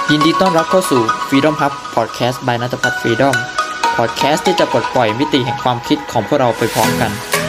ยินดีต้อนรับเข้าสู่ Freedom Hub Podcast by ณัฐพัฒน์ Freedom Podcast ที่จะปลดปล่อยมิติแห่งความคิดของพวกเราไปพร้อมกัน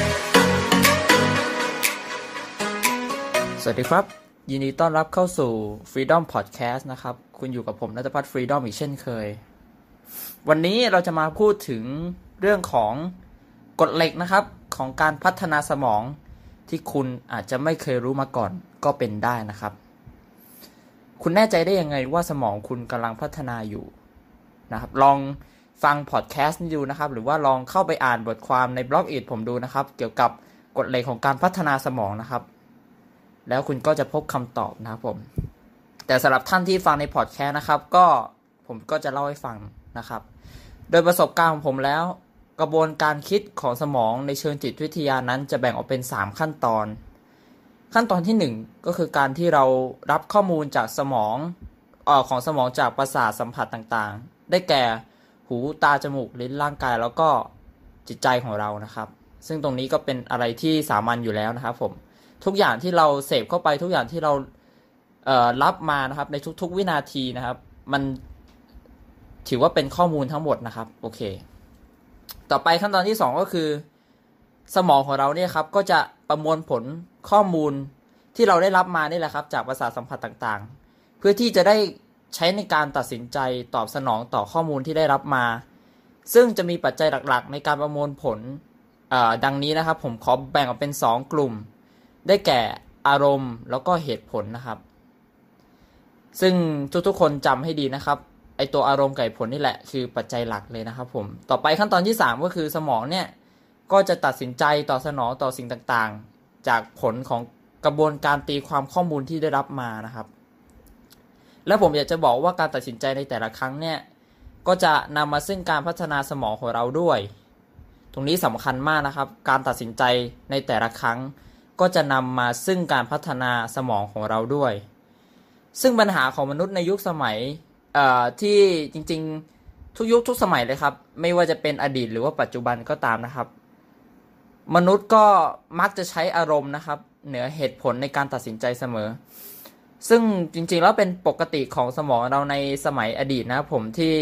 สวัสดีครับยินดีต้อนรับเข้าสู่ Freedom Podcast นะครับคุณอยู่กับผมณัฐพัฒน์ Freedom อีกเช่นเคยวันนี้เราจะมาพูดถึงเรื่องของกฎเหล็กนะครับของการพัฒนาสมองที่คุณอาจจะไม่เคยรู้มาก่อนก็เป็นได้นะครับคุณแน่ใจได้ยังไงว่าสมองคุณกำลังพัฒนาอยู่นะครับลองฟังพอดแคสต์นี้ดูนะครับหรือว่าลองเข้าไปอ่านบทความในบล็อกอีทผมดูนะครับเกี่ยวกับกฎเหล็กของการพัฒนาสมองนะครับแล้วคุณก็จะพบคำตอบนะครับผมแต่สำหรับท่านที่ฟังในพอดแคสต์นะครับผมก็จะเล่าให้ฟังนะครับโดยประสบการณ์ของผมแล้วกระบวนการคิดของสมองในเชิงจิตวิทยานั้นจะแบ่งออกเป็น3ขั้นตอนที่1ก็คือการที่เรารับข้อมูลจากสมองของสมองจากประสาทสัมผัสต่างๆได้แก่หูตาจมูกลิ้นร่างกายแล้วก็จิตใจของเรานะครับซึ่งตรงนี้ก็เป็นอะไรที่สามัญอยู่แล้วนะครับผมทุกอย่างที่เราเสพเข้าไปทุกอย่างที่เรารับมานะครับในทุกๆวินาทีนะครับมันถือว่าเป็นข้อมูลทั้งหมดนะครับโอเคต่อไปขั้นตอนที่2ก็คือสมองของเราเนี่ยครับก็จะประมวลผลข้อมูลที่เราได้รับมานี่แหละครับจากประสาทสัมผัสต่างๆเพื่อที่จะได้ใช้ในการตัดสินใจตอบสนองต่อข้อมูลที่ได้รับมาซึ่งจะมีปัจจัยหลักๆในการประมวลผลดังนี้นะครับผมขอแบ่งออกเป็น2กลุ่มได้แก่อารมณ์แล้วก็เหตุผลนะครับซึ่งทุกๆคนจำให้ดีนะครับไอตัวอารมณ์กับผลนี่แหละคือปัจจัยหลักเลยนะครับผมต่อไปขั้นตอนที่3ก็คือสมองเนี่ยก็จะตัดสินใจตอบสนองต่อสิ่งต่างๆจากผลของกระบวนการตีความข้อมูลที่ได้รับมานะครับและผมอยากจะบอกว่าการตัดสินใจในแต่ละครั้งเนี่ยก็จะนำมาซึ่งการพัฒนาสมองของเราด้วยตรงนี้สำคัญมากนะครับการตัดสินใจในแต่ละครั้งก็จะนำมาซึ่งการพัฒนาสมองของเราด้วยซึ่งปัญหาของมนุษย์ในยุคสมัยที่จริงๆทุกยุคทุกสมัยเลยครับไม่ว่าจะเป็นอดีตหรือว่าปัจจุบันก็ตามนะครับมนุษย์ก็มักจะใช้อารมณ์นะครับเหนือเหตุผลในการตัดสินใจเสมอซึ่งจริงๆแล้วเป็นปกติของสมองเราในสมัยอดีตนะผมที่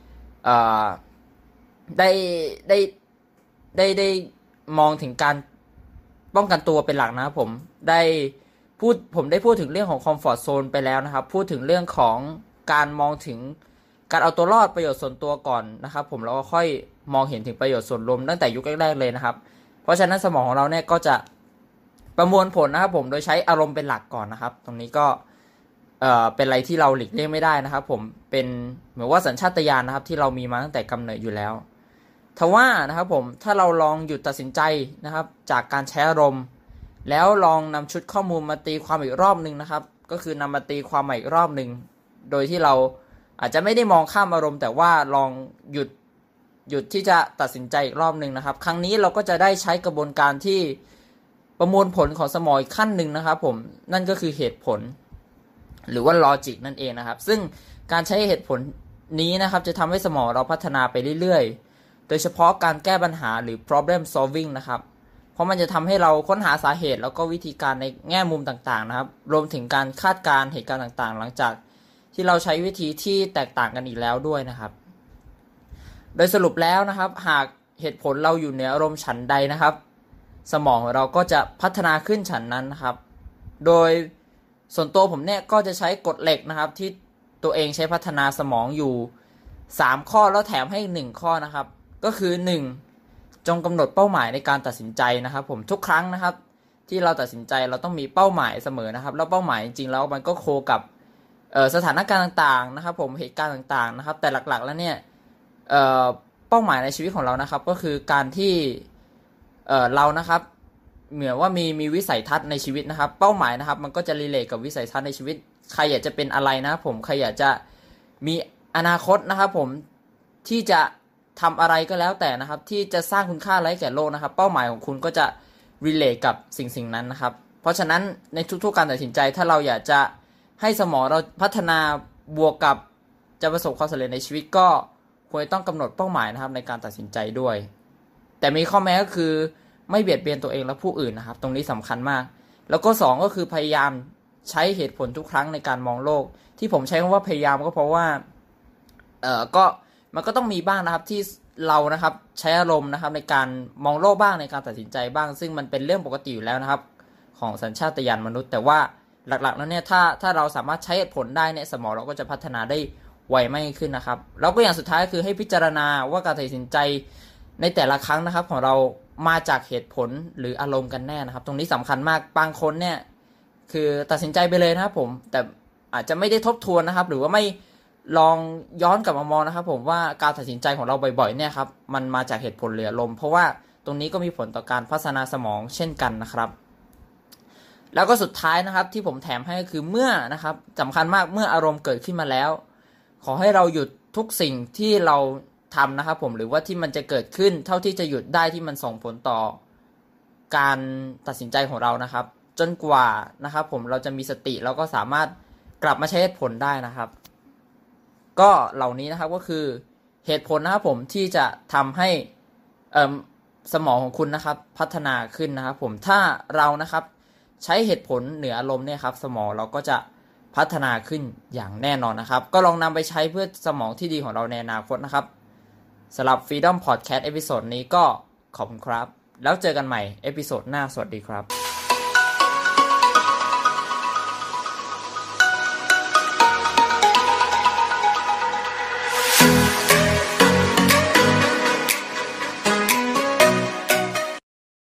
ได้มองถึงการป้องกันตัวเป็นหลักนะครับผมได้พูดถึงเรื่องของคอมฟอร์ตโซนไปแล้วนะครับพูดถึงเรื่องของการมองถึงการเอาตัวรอดประโยชน์ส่วนตัวก่อนนะครับผมแล้วก็ค่อยมองเห็นถึงประโยชน์ส่วนรวมตั้งแต่ยุคแรกๆเลยนะครับเพราะฉะนั้นสมองของเราเนี่ยก็จะประมวลผลนะครับผมโดยใช้อารมณ์เป็นหลักก่อนนะครับตรงนี้ก็เป็นอะไรที่เราหลีกเลี่ยงไม่ได้นะครับผมเป็นเหมือนว่าสัญชาตญาณนะครับที่เรามีมาตั้งแต่กำเนิดอยู่แล้วทว่านะครับผมถ้าเราลองหยุดตัดสินใจนะครับจากการใช้อารมณ์แล้วลองนำชุดข้อมูลมาตีความอีกรอบนึงนะครับก็คือนำมาตีความใหม่อีกรอบนึงโดยที่เราอาจจะไม่ได้มองข้ามอารมณ์แต่ว่าลองหยุดที่จะตัดสินใจอีกรอบนึงนะครับครั้งนี้เราก็จะได้ใช้กระบวนการที่ประมวลผลของสมองอีกขั้นหนึ่งนะครับผมนั่นก็คือเหตุผลหรือว่าลอจิกนั่นเองนะครับซึ่งการใช้เหตุผลนี้นะครับจะทำให้สมองเราพัฒนาไปเรื่อยๆโดยเฉพาะการแก้ปัญหาหรือ problem solving นะครับเพราะมันจะทำให้เราค้นหาสาเหตุแล้วก็วิธีการในแง่มุมต่างๆนะครับรวมถึงการคาดการณ์เหตุการณ์ต่างๆหลังจากที่เราใช้วิธีที่แตกต่างกันอีกแล้วด้วยนะครับโดยสรุปแล้วนะครับหากเหตุผลเราอยู่เหนืออารมณ์ฉันใดนะครับสมองของเราก็จะพัฒนาขึ้นฉันนั้นนะครับโดยส่วนตัวผมเนี่ยก็จะใช้กฎเหล็กนะครับที่ตัวเองใช้พัฒนาสมองอยู่3ข้อแล้วแถมให้1ข้อนะครับก็คือ1จงกำหนดเป้าหมายในการตัดสินใจนะครับผมทุกครั้งนะครับที่เราตัดสินใจเราต้องมีเป้าหมายเสมอนะครับแล้วเป้าหมายจริงๆแล้วมันก็โคกับสถานการณ์ต่างๆนะครับผมเหตุการณ์ต่างๆนะครับแต่หลักๆแล้วเนี่ยเป้าหมายในชีวิตของเรานะครับก็คือการที่เรานะครับเหมือนว่ามีวิสัยทัศน์ในชีวิตนะครับเป้าหมายนะครับมันก็จะรีเลทกับวิสัยทัศน์ในชีวิตใครอยากจะเป็นอะไรนะผมใครอยากจะมีอนาคตนะครับผมที่จะทำอะไรก็แล้วแต่นะครับที่จะสร้างคุณค่าอะไรแก่โลกนะครับเป้าหมายของคุณก็จะรีเลทกับสิ่งนั้นนะครับเพราะฉะนั้นในทุกๆการตัดสินใจถ้าเราอยากจะให้สมองเราพัฒนาบวกกับจะประสบความสำเร็จในชีวิตก็ควรต้องกำหนดเป้าหมายนะครับในการตัดสินใจด้วยแต่มีข้อแม้ก็คือไม่เบียดเบียนตัวเองและผู้อื่นนะครับตรงนี้สำคัญมากแล้วก็2ก็คือพยายามใช้เหตุผลทุกครั้งในการมองโลกที่ผมใช้คำว่าพยายามก็เพราะว่าก็มันก็ต้องมีบ้างนะครับที่เรานะครับใช้อารมณ์นะครับในการมองโลกบ้างในการตัดสินใจบ้างซึ่งมันเป็นเรื่องปกติอยู่แล้วนะครับของสัญชาตญาณมนุษย์แต่ว่าหลักๆแล้วเนี่ยถ้าเราสามารถใช้เหตุผลได้เนี่ยสมองเราก็จะพัฒนาได้ไวมากขึ้นนะครับแล้วก็อย่างสุดท้ายคือให้พิจารณาว่าการตัดสินใจในแต่ละครั้งนะครับของเรามาจากเหตุผลหรืออารมณ์กันแน่นะครับตรงนี้สำคัญมากบางคนเนี่ยคือตัดสินใจไปเลยนะครับผมแต่อาจจะไม่ได้ทบทวนนะครับหรือว่าไม่ลองย้อนกลับมามองนะครับผมว่าการตัดสินใจของเราบ่อยๆเนี่ยครับมันมาจากเหตุผลหรืออารมณ์เพราะว่าตรงนี้ก็มีผลต่อการพัฒนาสมองเช่นกันนะครับแล้วก็สุดท้ายนะครับที่ผมแถมให้ก็คือเมื่อนะครับสำคัญมากเมื่ออารมณ์เกิดขึ้นมาแล้วขอให้เราหยุดทุกสิ่งที่เราทำนะครับผมหรือว่าที่มันจะเกิดขึ้นเท่าที่จะหยุดได้ที่มันส่งผลต่อการตัดสินใจของเรานะครับจนกว่านะครับผมเราจะมีสติแล้วก็สามารถกลับมาใช้เหตุผลได้นะครับก็เหล่านี้นะครับก็คือเหตุผลนะครับผมที่จะทำให้สมองของคุณนะครับพัฒนาขึ้นนะครับผมถ้าเรานะครับใช้เหตุผลเหนืออารมณ์เนี่ยครับสมองเราก็จะพัฒนาขึ้นอย่างแน่นอนนะครับก็ลองนำไปใช้เพื่อสมองที่ดีของเราในอนาคตนะครับสำหรับ Freedom Podcast เอพิโซดนี้ก็ขอบคุณครับแล้วเจอกันใหม่เอพิโซดหน้าสวัสดีครับ